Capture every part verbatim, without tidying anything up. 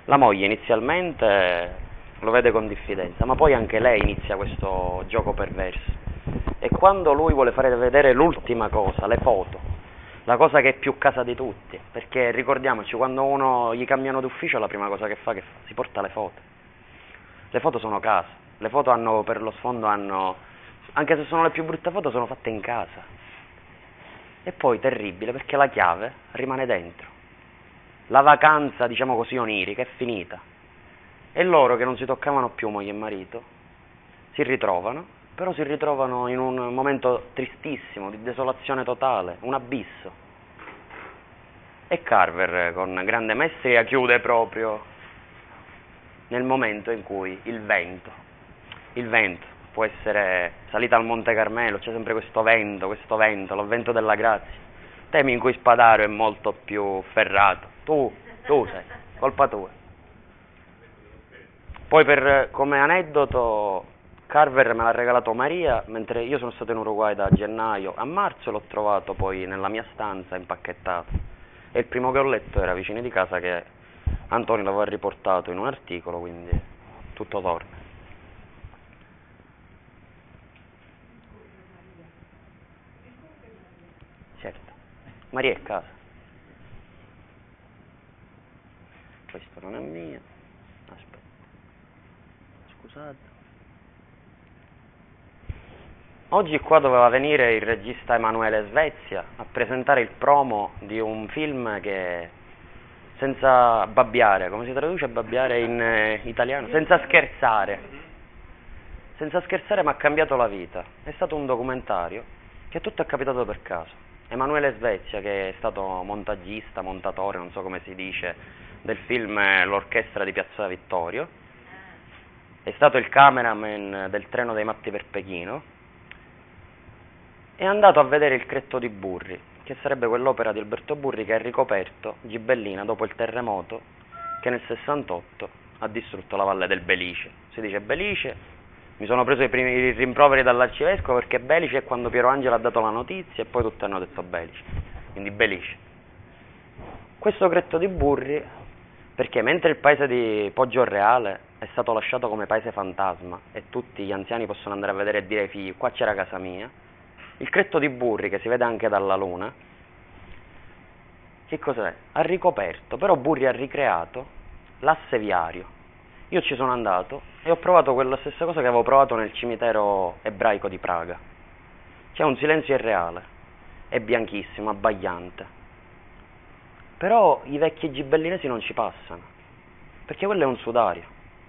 La moglie inizialmente lo vede con diffidenza, ma poi anche lei inizia questo gioco perverso. E quando lui vuole fare vedere l'ultima cosa, le foto, la cosa che è più casa di tutti, perché ricordiamoci, quando uno gli cambiano d'ufficio la prima cosa che fa, che fa? Si porta le foto. Le foto sono casa, le foto hanno per lo sfondo hanno, anche se sono le più brutte foto, sono fatte in casa. E poi terribile perché la chiave rimane dentro. La vacanza, diciamo così, onirica è finita. E loro che non si toccavano più, moglie e marito, si ritrovano, però si ritrovano in un momento tristissimo, di desolazione totale, un abisso. E Carver, con grande maestria, chiude proprio nel momento in cui il vento, il vento può essere salita al Monte Carmelo, c'è sempre questo vento, questo vento, l'avvento della grazia. Temi in cui Spadaro è molto più ferrato. Tu, tu sei, colpa tua. Poi per, come aneddoto, Carver me l'ha regalato Maria, mentre io sono stato in Uruguay da gennaio a marzo e l'ho trovato poi nella mia stanza impacchettato. E il primo che ho letto era vicino di casa, che Antonio l'aveva riportato in un articolo, quindi tutto torna. Certo, Maria è casa. Questo non è mio. Aspetta. Scusate. Oggi qua doveva venire il regista Emanuele Svezia a presentare il promo di un film che, senza babbiare, come si traduce babbiare in eh, italiano? Senza scherzare. Senza scherzare mi ha cambiato la vita. È stato un documentario che tutto è capitato per caso. Emanuele Svezia, che è stato montagista, montatore, non so come si dice, del film L'orchestra di Piazza Vittorio, è stato il cameraman del Treno dei Matti per Pechino, è andato a vedere il Cretto di Burri, che sarebbe quell'opera di Alberto Burri che ha ricoperto Gibellina dopo il terremoto che nel sessantotto ha distrutto la valle del Belice. Si dice Belice, mi sono preso i primi rimproveri dall'arcivescovo perché Belice è quando Piero Angelo ha dato la notizia e poi tutti hanno detto Belice, quindi Belice. Questo Cretto di Burri, perché mentre il paese di Poggioreale è stato lasciato come paese fantasma e tutti gli anziani possono andare a vedere e dire ai figli qua c'era casa mia, il Cretto di Burri, che si vede anche dalla luna, che cos'è? Ha ricoperto, però Burri ha ricreato l'asse viario. Io ci sono andato e ho provato quella stessa cosa che avevo provato nel cimitero ebraico di Praga. C'è un silenzio irreale, è bianchissimo, abbagliante. Però i vecchi gibellinesi non ci passano, perché quello è un sudario.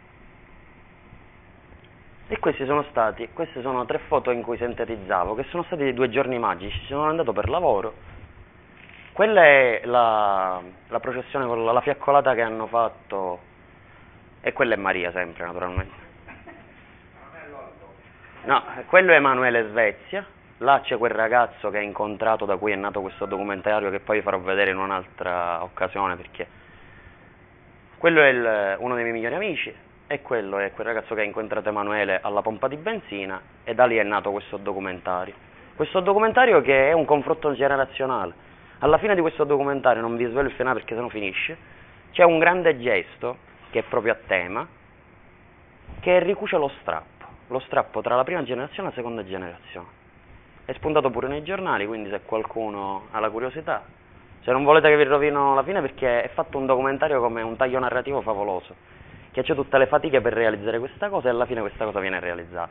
E questi sono stati, queste sono tre foto in cui sintetizzavo, che sono stati due giorni magici, ci sono andato per lavoro. Quella è la, la processione con la, la fiaccolata che hanno fatto, e quella è Maria sempre, naturalmente. No, quello è Emanuele Svezia, là c'è quel ragazzo che ha incontrato, da cui è nato questo documentario, che poi vi farò vedere in un'altra occasione, perché quello è il, uno dei miei migliori amici, e quello è quel ragazzo che ha incontrato Emanuele alla pompa di benzina, e da lì è nato questo documentario. Questo documentario che è un confronto generazionale. Alla fine di questo documentario, non vi svelo il finale perché sennò finisce, c'è un grande gesto, che è proprio a tema, che ricuce lo strappo, lo strappo tra la prima generazione e la seconda generazione. È spuntato pure nei giornali, quindi se qualcuno ha la curiosità, se non volete che vi rovino la fine, perché è fatto un documentario come un taglio narrativo favoloso, che c'è tutte le fatiche per realizzare questa cosa e alla fine questa cosa viene realizzata.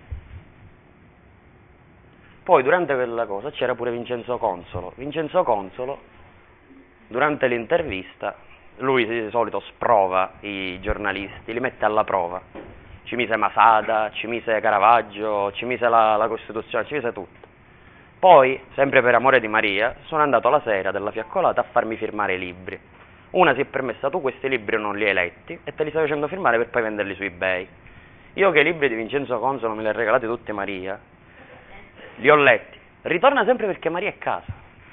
Poi durante quella cosa c'era pure Vincenzo Consolo. Vincenzo Consolo, durante l'intervista, lui di solito sprova i giornalisti, li mette alla prova. Ci mise Masada, ci mise Caravaggio, ci mise la, la Costituzione, ci mise tutto. Poi, sempre per amore di Maria, sono andato la sera della fiaccolata a farmi firmare i libri. Una si è permessa: tu questi libri non li hai letti e te li stai facendo firmare per poi venderli su eBay. Io che i libri di Vincenzo Consolo me li ha regalati tutti Maria, li ho letti. Ritorna sempre perché Maria è casa,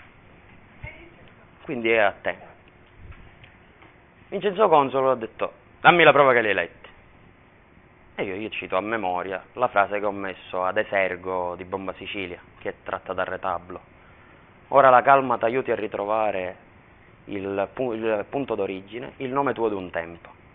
quindi è a te. Vincenzo Consolo ha detto: dammi la prova che li hai letti. E io, io cito a memoria la frase che ho messo ad Esergo di Bomba Sicilia, che è tratta dal retablo. Ora la calma t'aiuti a ritrovare il, il punto d'origine, il nome tuo d'un tempo.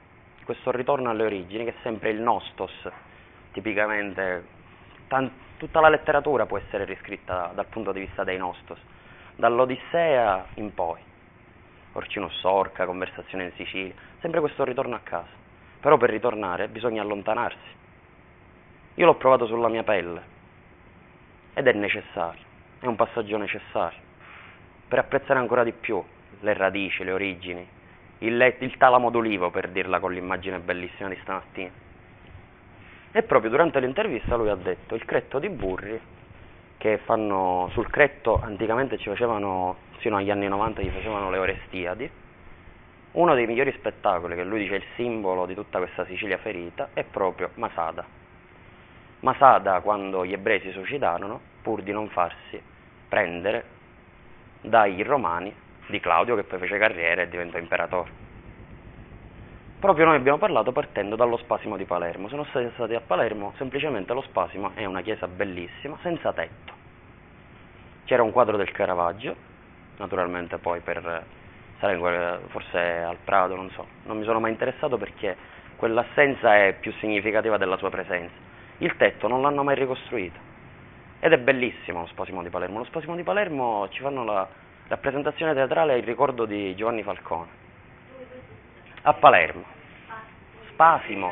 questo ritorno alle origini, che è sempre il nostos, tipicamente, tan- tutta la letteratura può essere riscritta dal punto di vista dei nostos, dall'Odissea in poi, Orcino Sorca, Conversazione in Sicilia, sempre questo ritorno a casa, però per ritornare bisogna allontanarsi. Io l'ho provato sulla mia pelle, ed è necessario, è un passaggio necessario, per apprezzare ancora di più le radici, le origini, il, le- il talamo d'olivo, per dirla con l'immagine bellissima di stamattina. E proprio durante l'intervista lui ha detto: il Cretto di Burri, che fanno sul Cretto, anticamente ci facevano, fino agli anni novanta gli facevano le Orestiadi, uno dei migliori spettacoli, che lui dice è il simbolo di tutta questa Sicilia ferita, è proprio Masada. Masada, quando gli ebrei si suicidarono, pur di non farsi prendere dai romani di Claudio, che poi fece carriera e diventò imperatore. Proprio noi abbiamo parlato partendo dallo Spasimo di Palermo. Sono stati stati a Palermo, semplicemente lo Spasimo è una chiesa bellissima, senza tetto. C'era un quadro del Caravaggio, naturalmente poi per stare forse al Prado, non so, non mi sono mai interessato perché quell'assenza è più significativa della sua presenza. Il tetto non l'hanno mai ricostruito ed è bellissimo lo Spasimo di Palermo. Lo Spasimo di Palermo ci fanno la rappresentazione teatrale in ricordo di Giovanni Falcone a Palermo. Spasimo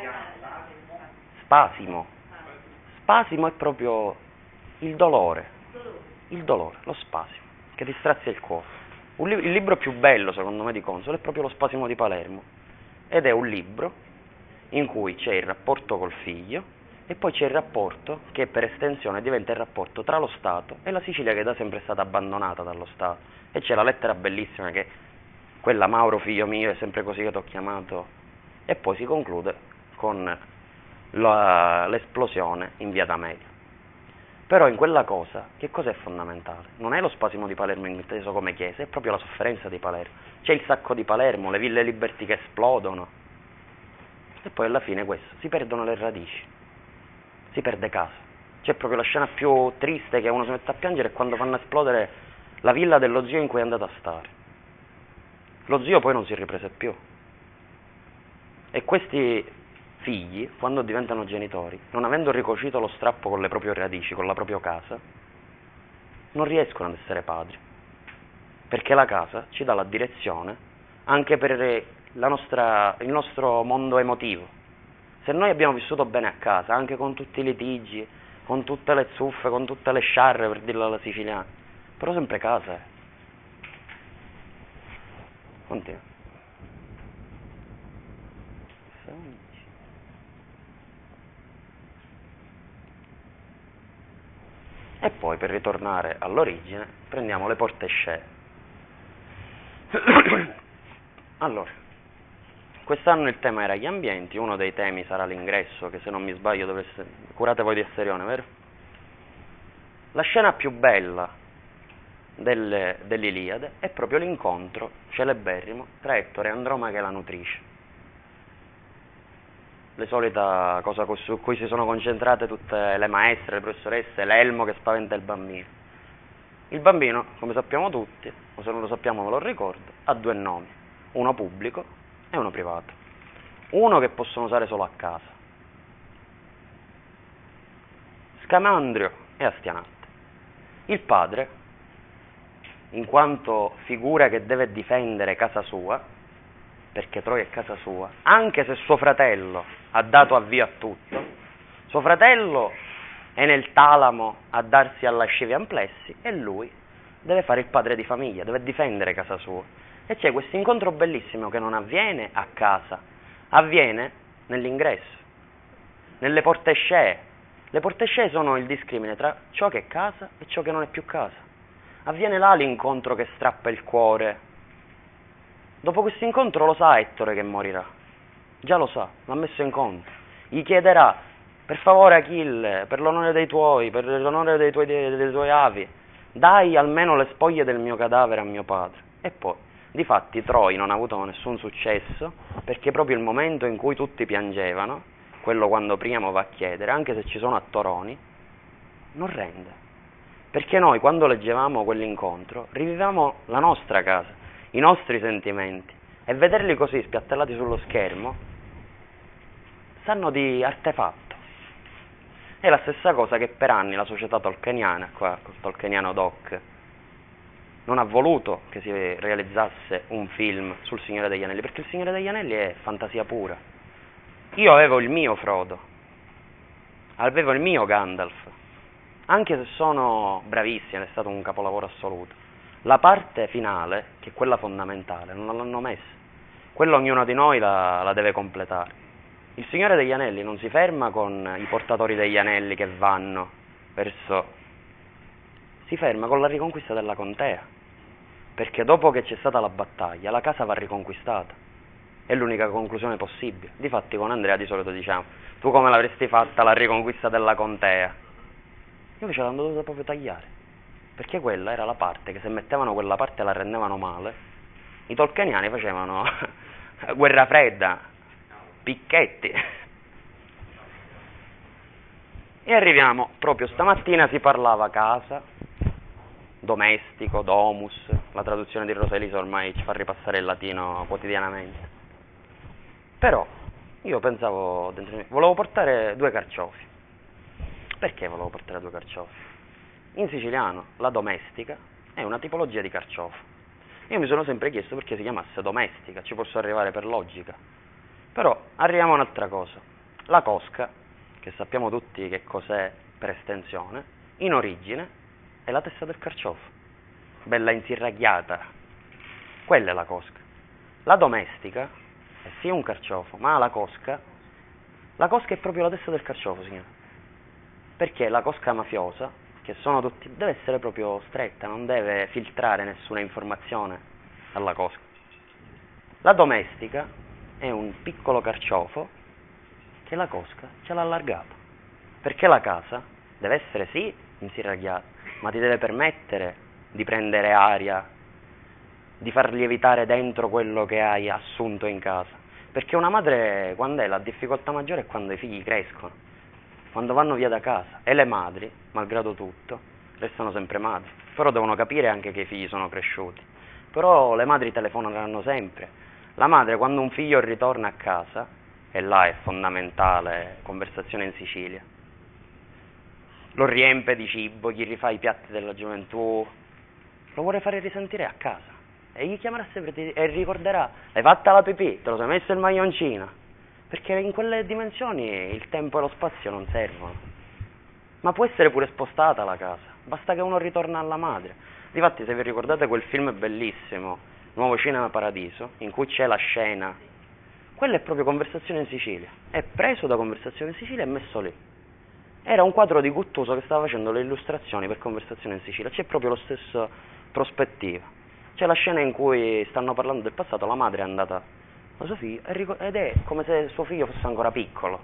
Spasimo Spasimo è proprio il dolore, il dolore, lo spasimo che ti strazia il cuore. Un li- il libro più bello secondo me di Console è proprio lo Spasimo di Palermo, ed è un libro in cui c'è il rapporto col figlio e poi c'è il rapporto che per estensione diventa il rapporto tra lo Stato e la Sicilia, che da sempre è stata abbandonata dallo Stato. E c'è la lettera bellissima, che quella: Mauro figlio mio, è sempre così che ti ho chiamato, e poi si conclude con la, l'esplosione in via D'Amelio. Però in quella cosa, che cosa è fondamentale? Non è lo Spasimo di Palermo inteso come chiesa, è proprio la sofferenza di Palermo. C'è il sacco di Palermo, le ville Liberty che esplodono, e poi alla fine questo, si perdono le radici, si perde casa. C'è proprio la scena più triste, che uno si mette a piangere, è quando fanno esplodere la villa dello zio in cui è andato a stare. Lo zio poi non si riprese più, e questi figli, quando diventano genitori, non avendo ricucito lo strappo con le proprie radici, con la propria casa, non riescono ad essere padri, perché la casa ci dà la direzione anche per la nostra, il nostro mondo emotivo. Se noi abbiamo vissuto bene a casa, anche con tutti i litigi, con tutte le zuffe, con tutte le sciarre, per dirla alla siciliana, però sempre casa è. Continua. E poi, per ritornare all'origine, prendiamo le Portescee. Allora, quest'anno il tema era gli ambienti, uno dei temi sarà l'ingresso, che se non mi sbaglio dovesse... Curate voi di Esserione, vero? La scena più bella del, dell'Iliade è proprio l'incontro celeberrimo tra Ettore e Andromaca e la nutrice. Le solita cosa su cui si sono concentrate tutte le maestre, le professoresse, l'elmo che spaventa il bambino. Il bambino, come sappiamo tutti, o se non lo sappiamo ve lo ricordo, ha due nomi, uno pubblico e uno privato. Uno che possono usare solo a casa, Scamandrio e Astianatte. Il padre, in quanto figura che deve difendere casa sua, perché Troia è casa sua, anche se suo fratello ha dato avvio a tutto, suo fratello è nel talamo a darsi a lascivi amplessi, e lui deve fare il padre di famiglia, deve difendere casa sua. E c'è questo incontro bellissimo che non avviene a casa, avviene nell'ingresso, nelle Portescee. Le Portescee sono il discrimine tra ciò che è casa e ciò che non è più casa. Avviene là l'incontro che strappa il cuore. Dopo questo incontro lo sa Ettore che morirà, già lo sa, l'ha messo in conto. Gli chiederà: per favore Achille, per l'onore dei tuoi, per l'onore dei tuoi, dei, dei tuoi avi, dai almeno le spoglie del mio cadavere a mio padre. E poi, difatti, Troia non ha avuto nessun successo, perché proprio il momento in cui tutti piangevano, quello quando Priamo va a chiedere, anche se ci sono attoroni, non rende. Perché noi, quando leggevamo quell'incontro, rivivevamo la nostra casa, i nostri sentimenti, e vederli così spiattellati sullo schermo sanno di artefatto. È la stessa cosa che per anni la società tolkieniana, qua col Tolkieniano Doc, non ha voluto che si realizzasse un film sul Signore degli Anelli, perché il Signore degli Anelli è fantasia pura. Io avevo il mio Frodo, avevo il mio Gandalf, anche se sono bravissimi, è stato un capolavoro assoluto. La parte finale, che è quella fondamentale, non l'hanno messa. Quella ognuno di noi la, la deve completare. Il Signore degli Anelli non si ferma con i portatori degli anelli che vanno verso... si ferma con la riconquista della contea, perché dopo che c'è stata la battaglia la casa va riconquistata. È l'unica conclusione possibile. Difatti con Andrea di solito diciamo: tu come l'avresti fatta la riconquista della contea? Io invece l'hanno dovuta proprio tagliare, perché quella era la parte che se mettevano quella parte la rendevano male. I tolkieniani facevano guerra fredda, picchetti. E arriviamo, proprio stamattina si parlava casa, domestico, domus, la traduzione di Rosa Elisa ormai ci fa ripassare il latino quotidianamente. Però io pensavo, volevo portare due carciofi. Perché volevo portare due carciofi? In siciliano la domestica è una tipologia di carciofo. Io mi sono sempre chiesto perché si chiamasse domestica, ci posso arrivare per logica. Però arriviamo a un'altra cosa. La cosca, che sappiamo tutti che cos'è per estensione, in origine è la testa del carciofo, bella insirragliata. Quella è la cosca. La domestica è sì un carciofo, ma la cosca, la cosca è proprio la testa del carciofo, signore. Perché la cosca mafiosa, che sono tutti, deve essere proprio stretta, non deve filtrare nessuna informazione dalla cosca. La domestica è un piccolo carciofo che la cosca ce l'ha allargata, perché la casa deve essere sì insirragliata, ma ti deve permettere di prendere aria, di far lievitare dentro quello che hai assunto in casa, perché una madre, quando è la difficoltà maggiore, è quando i figli crescono, quando vanno via da casa. E le madri, malgrado tutto, restano sempre madri, però devono capire anche che i figli sono cresciuti. Però le madri telefoneranno sempre. La madre, quando un figlio ritorna a casa, e là è fondamentale, conversazione in Sicilia, lo riempie di cibo, gli rifà i piatti della gioventù, lo vuole fare risentire a casa, e gli chiamerà sempre e ricorderà: hai fatta la pipì, te lo sei messo il maglioncino, perché in quelle dimensioni il tempo e lo spazio non servono. Ma può essere pure spostata la casa, basta che uno ritorna alla madre. Difatti, se vi ricordate quel film bellissimo, Nuovo Cinema Paradiso, in cui c'è la scena, quella è proprio Conversazione in Sicilia, è preso da Conversazione in Sicilia e messo lì. Era un quadro di Guttuso che stava facendo le illustrazioni per Conversazione in Sicilia, c'è proprio lo stesso prospettiva. C'è la scena in cui stanno parlando del passato, la madre è andata da suo figlio ed è come se suo figlio fosse ancora piccolo.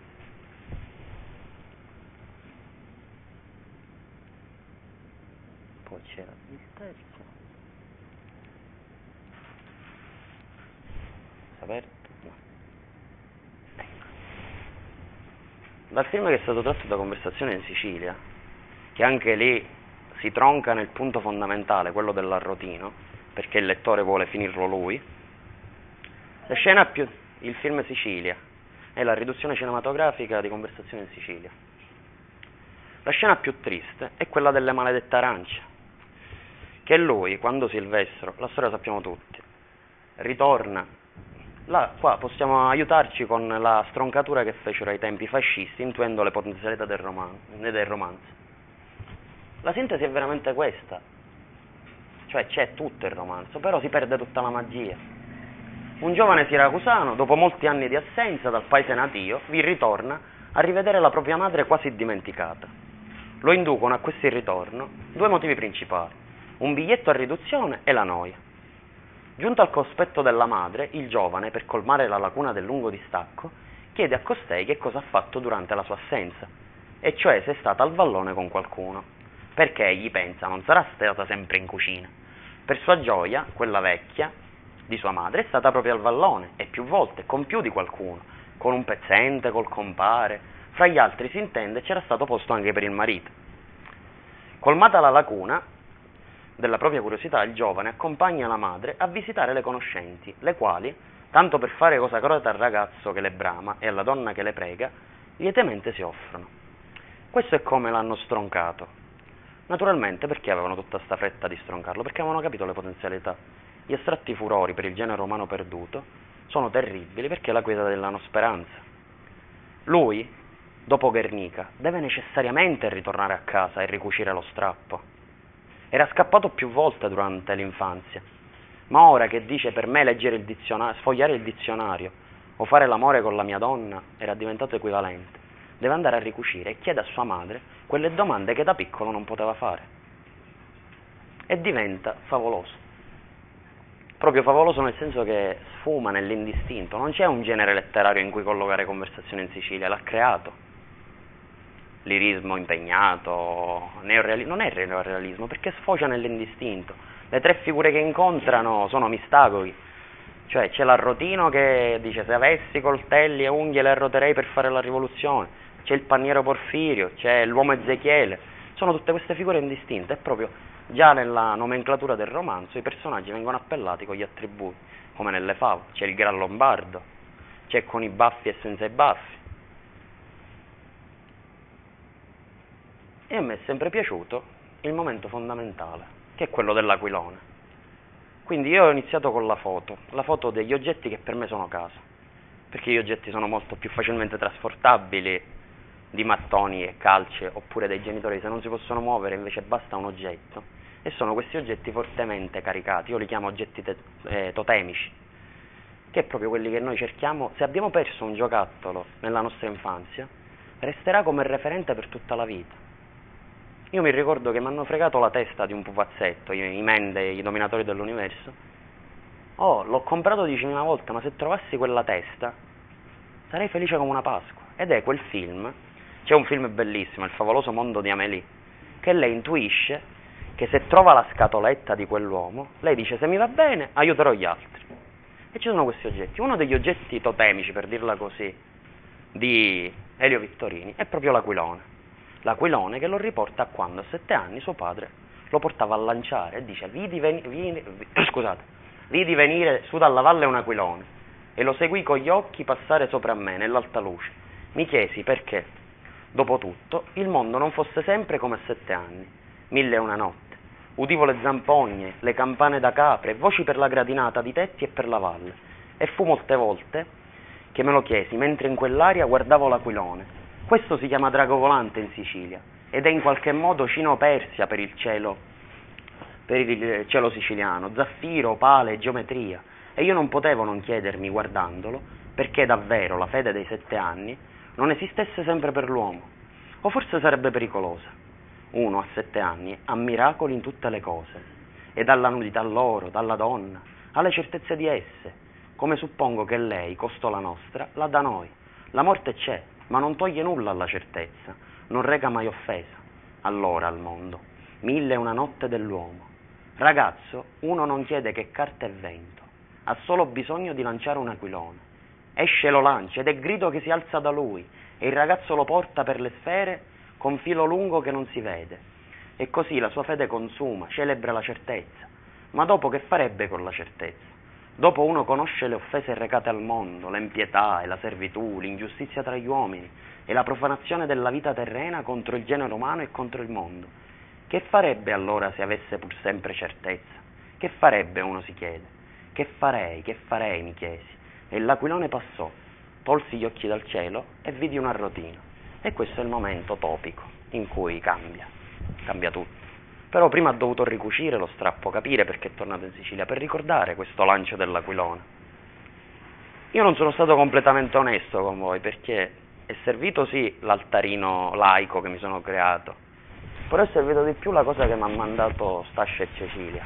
Poi c'era il terzo. Aperto? No. Ecco. Dal film che è stato tratto da Conversazione in Sicilia, che anche lì si tronca nel punto fondamentale, quello dell'arrotino, perché il lettore vuole finirlo lui. La scena più, il film Sicilia è la riduzione cinematografica di Conversazione in Sicilia. La scena più triste è quella delle maledette arance, che lui, quando Silvestro, la storia la sappiamo tutti, ritorna, là, qua possiamo aiutarci con la stroncatura che fecero ai tempi fascisti, intuendo le potenzialità del, roman- del romanzo. La sintesi è veramente questa, cioè c'è tutto il romanzo, però si perde tutta la magia. Un giovane siracusano, dopo molti anni di assenza dal paese natio, vi ritorna a rivedere la propria madre quasi dimenticata. Lo inducono a questo ritorno due motivi principali: un biglietto a riduzione e la noia. Giunto al cospetto della madre, il giovane, per colmare la lacuna del lungo distacco, chiede a costei che cosa ha fatto durante la sua assenza, e cioè se è stata al vallone con qualcuno, perché egli pensa non sarà stata sempre in cucina. Per sua gioia, quella vecchia di sua madre è stata proprio al vallone, e più volte, con più di qualcuno, con un pezzente, col compare, fra gli altri si intende c'era stato posto anche per il marito. Colmata la lacuna, della propria curiosità, il giovane accompagna la madre a visitare le conoscenti, le quali, tanto per fare cosa grata al ragazzo che le brama e alla donna che le prega, lietamente si offrono. Questo è come l'hanno stroncato. Naturalmente, perché avevano tutta sta fretta di stroncarlo? Perché avevano capito le potenzialità. Gli astratti furori per il genere umano perduto sono terribili perché è la quieta della non speranza. Lui, dopo Guernica, deve necessariamente ritornare a casa e ricucire lo strappo. Era scappato più volte durante l'infanzia, ma ora che dice per me leggere il dizionario, sfogliare il dizionario o fare l'amore con la mia donna era diventato equivalente. Deve andare a ricucire e chiede a sua madre quelle domande che da piccolo non poteva fare. E diventa favoloso. Proprio favoloso nel senso che sfuma nell'indistinto. Non c'è un genere letterario in cui collocare conversazione in Sicilia, l'ha creato. Lirismo impegnato, neorealismo, non è neorealismo perché sfocia nell'indistinto. Le tre figure che incontrano sono mistagoghi, cioè c'è l'arrotino che dice se avessi coltelli e unghie le arroterei per fare la rivoluzione, c'è il panniero Porfirio, c'è l'uomo Ezechiele, sono tutte queste figure indistinte e proprio già nella nomenclatura del romanzo i personaggi vengono appellati con gli attributi, come nelle favole, c'è il Gran Lombardo, c'è con i baffi e senza i baffi. E a me è sempre piaciuto il momento fondamentale, che è quello dell'aquilone. Quindi io ho iniziato con la foto, la foto degli oggetti che per me sono casa, perché gli oggetti sono molto più facilmente trasportabili di mattoni e calce, oppure dei genitori se non si possono muovere invece basta un oggetto, e sono questi oggetti fortemente caricati, io li chiamo oggetti te- eh, totemici, che è proprio quelli che noi cerchiamo. Se abbiamo perso un giocattolo nella nostra infanzia, resterà come referente per tutta la vita. Io mi ricordo che mi hanno fregato la testa di un pupazzetto, i, i Mende, i dominatori dell'universo. Oh, l'ho comprato diecimila volte, ma se trovassi quella testa sarei felice come una Pasqua. Ed è quel film, c'è un film bellissimo, Il favoloso mondo di Amélie, che lei intuisce che se trova la scatoletta di quell'uomo, lei dice se mi va bene aiuterò gli altri. E ci sono questi oggetti. Uno degli oggetti totemici, per dirla così, di Elio Vittorini è proprio l'aquilone. L'aquilone che lo riporta a quando a sette anni suo padre lo portava a lanciare e dice vidi, ven- vini, vi- scusate, vidi venire su dalla valle un aquilone e lo seguì con gli occhi passare sopra me nell'alta luce. Mi chiesi perché, dopo tutto, il mondo non fosse sempre come a sette anni, mille e una notte. Udivo le zampogne, le campane da capre, voci per la gradinata di tetti e per la valle. E fu molte volte che me lo chiesi mentre in quell'aria guardavo l'aquilone. Questo si chiama drago volante in Sicilia ed è in qualche modo Cino Persia per il cielo, per il cielo siciliano, zaffiro, opale, geometria. E io non potevo non chiedermi guardandolo perché davvero la fede dei sette anni non esistesse sempre per l'uomo, o forse sarebbe pericolosa. Uno a sette anni ha miracoli in tutte le cose, e dalla nudità loro, dalla donna, alle certezze di esse, come suppongo che lei, costo la nostra, la da noi. La morte c'è, ma non toglie nulla alla certezza, non reca mai offesa. Allora al mondo, mille e una notte dell'uomo. Ragazzo, uno non chiede che carta e vento, ha solo bisogno di lanciare un aquilone. Esce lo lancia ed è grido che si alza da lui, e il ragazzo lo porta per le sfere con filo lungo che non si vede. E così la sua fede consuma, celebra la certezza. Ma dopo che farebbe con la certezza? Dopo uno conosce le offese recate al mondo, l'empietà e la servitù, l'ingiustizia tra gli uomini e la profanazione della vita terrena contro il genere umano e contro il mondo. Che farebbe allora se avesse pur sempre certezza? Che farebbe, uno si chiede. Che farei, che farei, mi chiesi. E l'aquilone passò, tolsi gli occhi dal cielo e vidi un arrotino. E questo è il momento topico in cui cambia, cambia tutto. Però prima ha dovuto ricucire lo strappo, capire perché è tornato in Sicilia, per ricordare questo lancio dell'aquilone. Io non sono stato completamente onesto con voi, perché è servito sì l'altarino laico che mi sono creato, però è servito di più la cosa che mi ha mandato Stascia e Cecilia,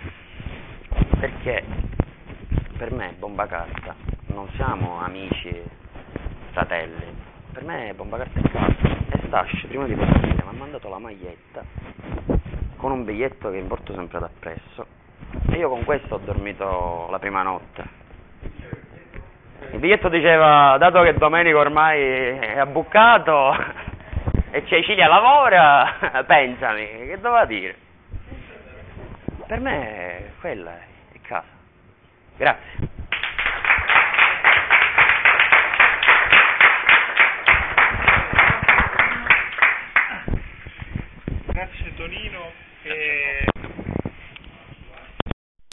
perché per me Bomba Carta non siamo amici, fratelli, per me Bomba Carta è casa. E Stascia, prima di partire, mi ha mandato la maglietta con un biglietto che porto sempre d'appresso, e io con questo ho dormito la prima notte. Il biglietto diceva, dato che Domenico ormai è abbuccato e Cecilia lavora, pensami, che doveva dire? per me quella è casa. Grazie. Grazie Tonino. E